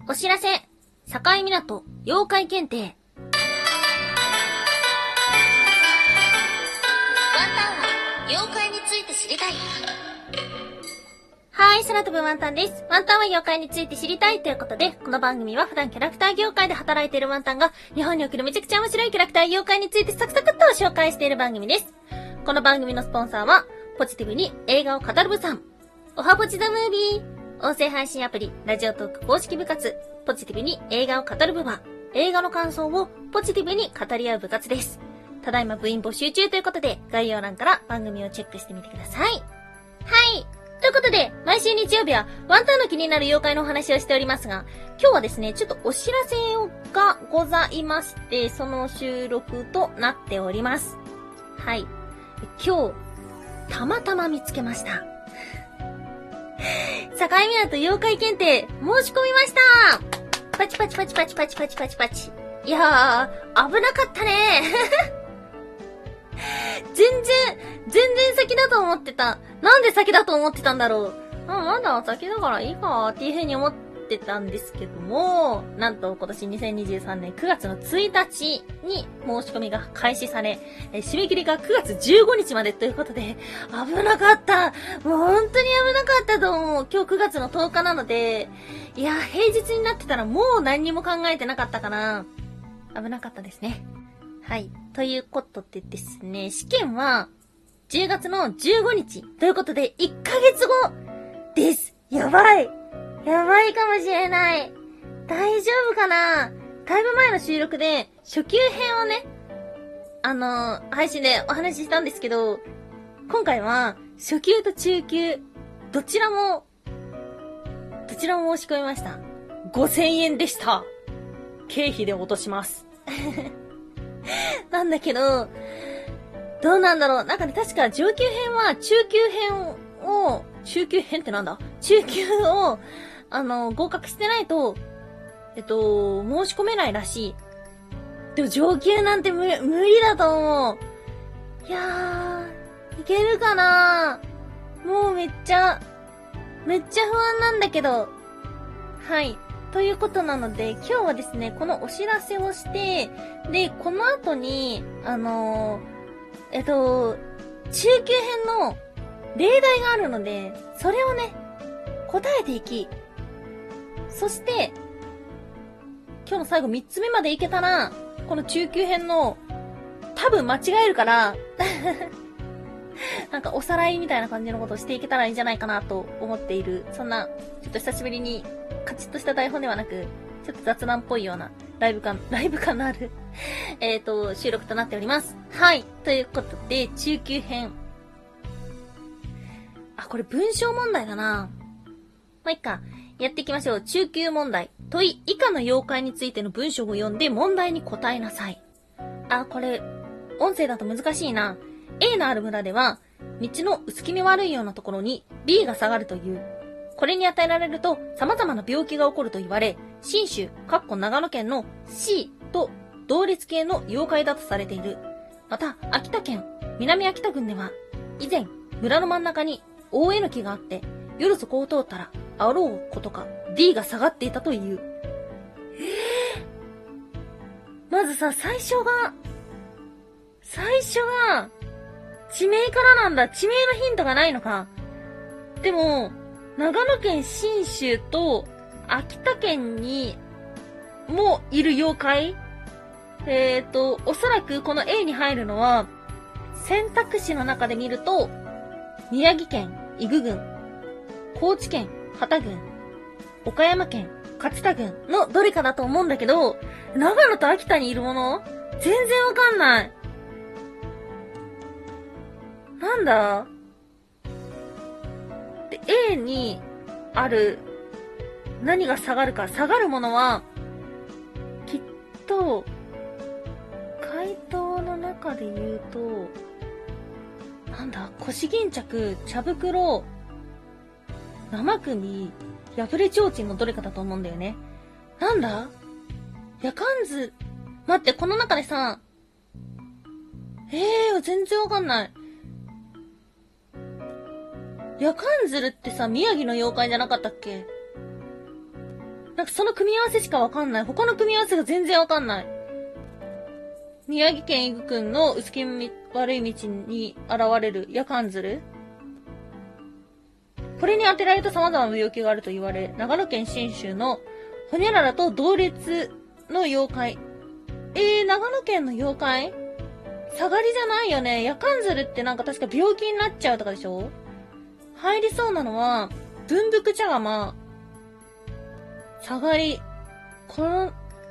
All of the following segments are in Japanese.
お知らせ、境港、妖怪検定。ワンタンは妖怪について知りたい。はい、空飛ぶワンタンです。ワンタンは妖怪について知りたいということで、この番組は普段キャラクター業界で働いているワンタンが、日本におけるめちゃくちゃ面白いキャラクター妖怪についてサクサクっと紹介している番組です。この番組のスポンサーは、ポジティブに映画を語る部さん、おはポチザムービー、音声配信アプリ、ラジオトーク公式部活、ポジティブに映画を語る部は、映画の感想をポジティブに語り合う部活です。ただいま部員募集中ということで、概要欄から番組をチェックしてみてください。はい。ということで、毎週日曜日はワンタンの気になる妖怪のお話をしておりますが、今日はですね、ちょっとお知らせがございまして、その収録となっております。はい。今日、たまたま見つけました。境港妖怪検定、申し込みました。パチパチパチパチパチパチパチパチ。いやー、危なかったね。全然先だと思ってた。なんで先だと思ってたんだろう。まだ先だからいいかっていう風に思ってたんですけども、なんと今年2023年9月の1日に申し込みが開始され、締め切りが9月15日までということで、危なかった。もう本当に危なかったと思う。今日9月の10日なので、いや、平日になってたらもう何にも考えてなかったかな。危なかったですね。はい。ということでですね、試験は10月の15日ということで1ヶ月後です。やばいかもしれない。大丈夫かな。だいぶ前の収録で初級編をね、配信でお話ししたんですけど、今回は初級と中級、どちらも申し込みました。5000円でした。経費で落とします。なんだけど、どうなんだろう。なんかね、確か上級編は中級を、合格してないと、申し込めないらしい。でも上級なんて無理だと思う。いやー、いけるかな。もうめっちゃ不安なんだけど。はい。ということなので、今日はですね、このお知らせをして、で、この後に、中級編の例題があるので、それをね、答えていき、そして、今日の最後3つ目までいけたら、この中級編の、多分間違えるから、なんかおさらいみたいな感じのことをしていけたらいいんじゃないかなと思っている。そんな、ちょっと久しぶりにカチッとした台本ではなく、ちょっと雑談っぽいような、ライブ感のある収録となっております。はい。ということで、中級編。これ文章問題だな。まあ、いっか。やっていきましょう。中級問題。問い、以下の妖怪についての文章を読んで問題に答えなさい。これ、音声だと難しいな。A のある村では、道の薄気味悪いようなところに B が下がるという。これに与えられると様々な病気が起こると言われ、信州、長野県の C と同列系の妖怪だとされている。また、秋田県、南秋田郡では、以前、村の真ん中に大えのきがあって、夜そこを通ったら、あろうことか D が下がっていたという。まずさ、最初が、地名からなんだ。地名のヒントがないのか。でも、長野県信州と秋田県にもいる妖怪？おそらくこの A に入るのは、選択肢の中で見ると、宮城県伊豆郡、高知県幡郡、岡山県勝田郡のどれかだと思うんだけど、長野と秋田にいるもの？全然わかんない。なんだ？で、A にある何が下がるか。下がるものは、きっと、回答の中で言うと、なんだ？腰巾着、茶袋、生首、破れ提灯のどれかだと思うんだよね。なんだ？夜間図。待って、この中でさ、全然わかんない。夜間鶴ってさ、宮城の妖怪じゃなかったっけ？ なんかその組み合わせしかわかんない。他の組み合わせが全然わかんない。宮城県伊久郡の薄気味悪い道に現れる夜間鶴。これに当てられた様々な病気があると言われ、長野県信州のホニャララと同列の妖怪。長野県の妖怪？下がりじゃないよね。夜間鶴ってなんか確か病気になっちゃうとかでしょ？入りそうなのは、文福茶釜、下がり、この、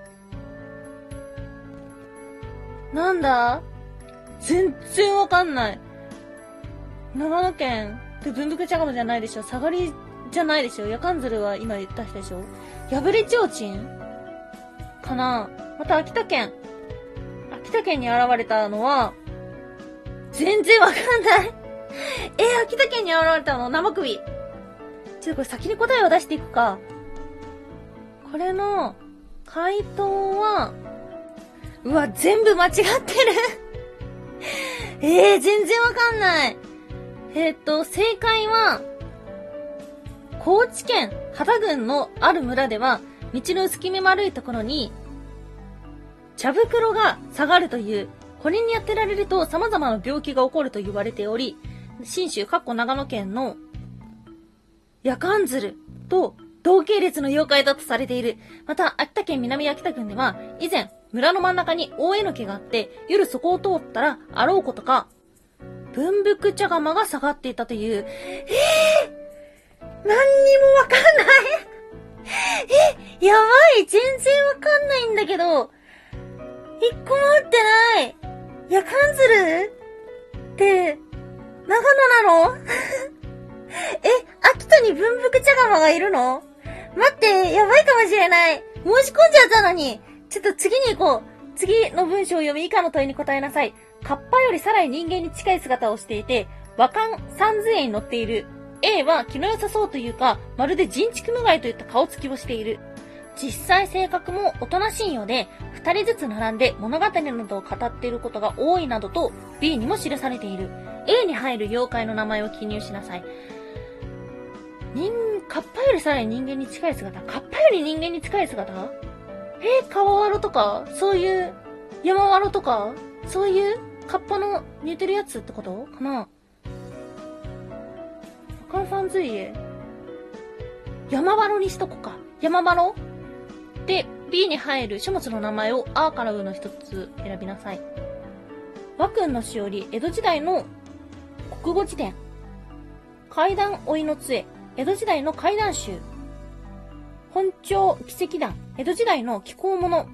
なんだ？全然わかんない。長野県って文福茶釜じゃないでしょ？下がりじゃないでしょ？夜間鶴は今言った人でしょ？破れちょうちんかな？また秋田県に現れたのは、全然わかんない。秋田県に現れたの生首。ちょっとこれ先に答えを出していくか。これの、回答は、うわ、全部間違ってる。全然わかんない。正解は、高知県秦郡のある村では、道の薄気味悪いところに、茶袋が下がるという、これに当てられると様々な病気が起こると言われており、信州長野県の夜間鶴と同系列の妖怪だとされている。また、秋田県南秋田郡では、以前、村の真ん中に大江の木があって、夜そこを通ったら、あろうことか、文福茶釜が下がっていたという。何にもわかんない。やばい、全然わかんないんだけど、一個も合ってない。夜間鶴って、長野なの秋田に文福茶釜がいるの？待って、やばいかもしれない。申し込んじゃったのに。ちょっと次に行こう。次の文章を読み以下の問いに答えなさい。カッパよりさらに人間に近い姿をしていて、和漢三図絵に載っている。A は気の良さそうというか、まるで人畜無害といった顔つきをしている。実際性格もおとなしいようで、二人ずつ並んで物語などを語っていることが多いなどと B にも記されている。A に入る妖怪の名前を記入しなさい。カッパよりさらに人間に近い姿？カッパより人間に近い姿？川ワロとかそういう、山ワロとかそういう、カッパの似てるやつってことかな？赤さんずいえ。山ワロにしとこか。山ワロで、B に入る書物の名前を A から U の一つ選びなさい。和君のしおり、江戸時代の国語辞典。怪談追いの杖、江戸時代の怪談集。本朝奇跡談、江戸時代の紀行物。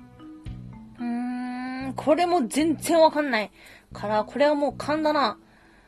これも全然わかんないから、これはもう勘だな。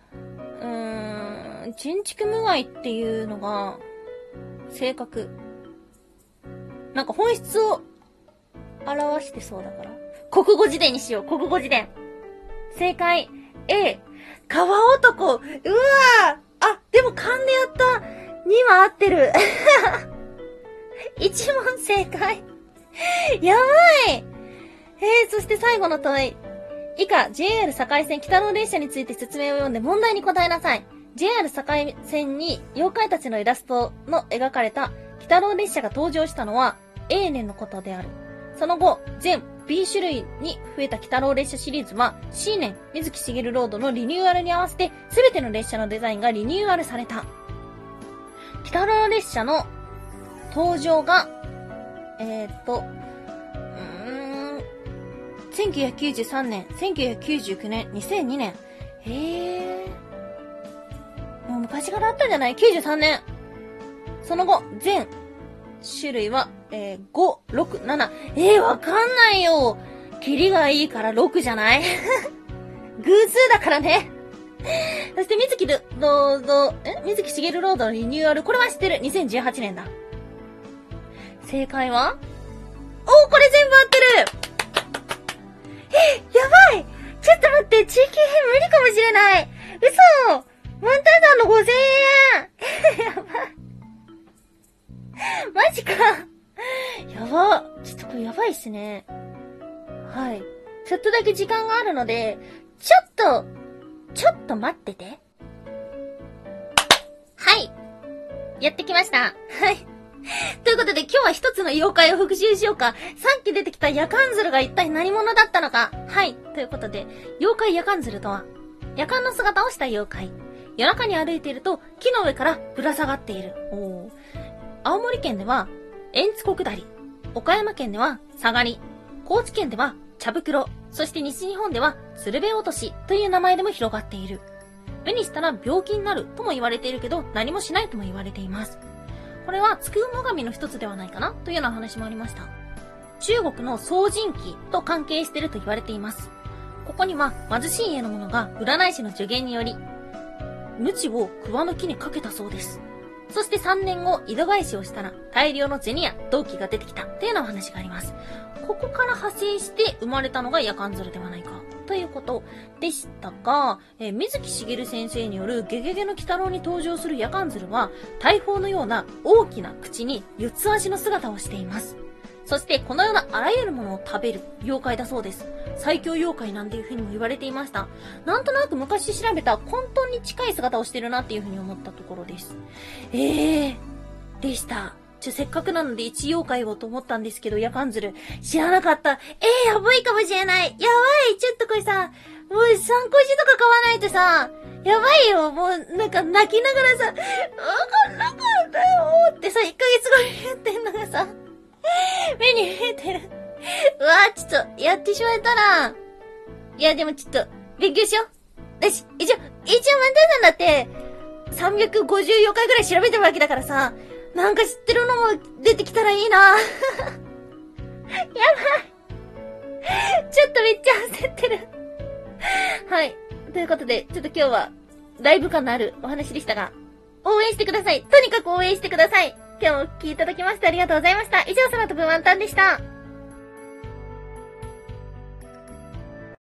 人畜無害っていうのが、性格。なんか本質を表してそうだから。国語辞典にしよう、国語辞典。正解。A。川男。うわぁ。でも勘でやった。2は合ってる。1問正解。やばい。そして最後の問い。以下、JR 堺線北の列車について説明を読んで問題に答えなさい。JR 堺線に妖怪たちのイラストの描かれた北の列車が登場したのは A 年のことである。その後、全 B 種類に増えた北の列車シリーズは C 年水木しげるロードのリニューアルに合わせて全ての列車のデザインがリニューアルされた。北の列車の登場が、1993年、1999年、2002年。もう昔からあったんじゃない？ 93 年。その後、全種類は、5、6、7。わかんないよ。キリがいいから6じゃない？偶数だからね。そして水木しげるロードのリニューアル。これは知ってる。2018年だ。正解は？これ全部合ってる！やばい！ちょっと待って、地域編無理かもしれない。嘘！ワンタンさんの5000円やばい。マジか。やば。ちょっとこれやばいっすね。はい。ちょっとだけ時間があるので、ちょっと待ってて。はい。やってきました。はい。 ということで今日は一つの妖怪を復習しようか。さっき出てきた夜間鶴が一体何者だったのか。はい。ということで、妖怪夜間鶴とは、夜間の姿をした妖怪。夜中に歩いていると木の上からぶら下がっている。青森県では、円津小下り。岡山県では、下がり。高知県では、茶袋。そして西日本では、鶴瓶落としという名前でも広がっている。目にしたら病気になるとも言われているけど、何もしないとも言われています。これは、つくうも神の一つではないかなというような話もありました。中国の宋人記と関係していると言われています。ここには、貧しい家の者が占い師の助言により、鞭を桑の木にかけたそうです。そして3年後、井戸返しをしたら、大量の銭や銅器が出てきたというようなお話があります。ここから派生して生まれたのが夜間鶴ではないか、ということでしたが、水木しげる先生によるゲゲゲの鬼太郎に登場する夜間鶴は、大砲のような大きな口に四つ足の姿をしています。そして、このようなあらゆるものを食べる妖怪だそうです。最強妖怪なんていう風にも言われていました。なんとなく昔調べた混沌に近い姿をしてるなっていう風に思ったところです。でした。せっかくなので一妖怪をと思ったんですけど、夜間鶴。知らなかった。やばいかもしれない。やばい。ちょっとこれさ、もう参考書とか買わないとさ、やばいよ。もうなんか泣きながらさ、わかんなかったよってさ、1ヶ月後に言ってんのがさ、目に見えてる。うわぁ、ちょっと、やってしまったな。いや、でもちょっと、勉強しよう。よし、一応、満タンさんだって、350妖怪ぐらい調べてるわけだからさ、なんか知ってるのも出てきたらいいな。やばい。ちょっとめっちゃ焦ってる。はい。ということで、ちょっと今日は、ライブ感のあるお話でしたが、応援してください。とにかく応援してください。今日もお聞きいただきましてありがとうございました。以上、空飛ぶワンタンでした。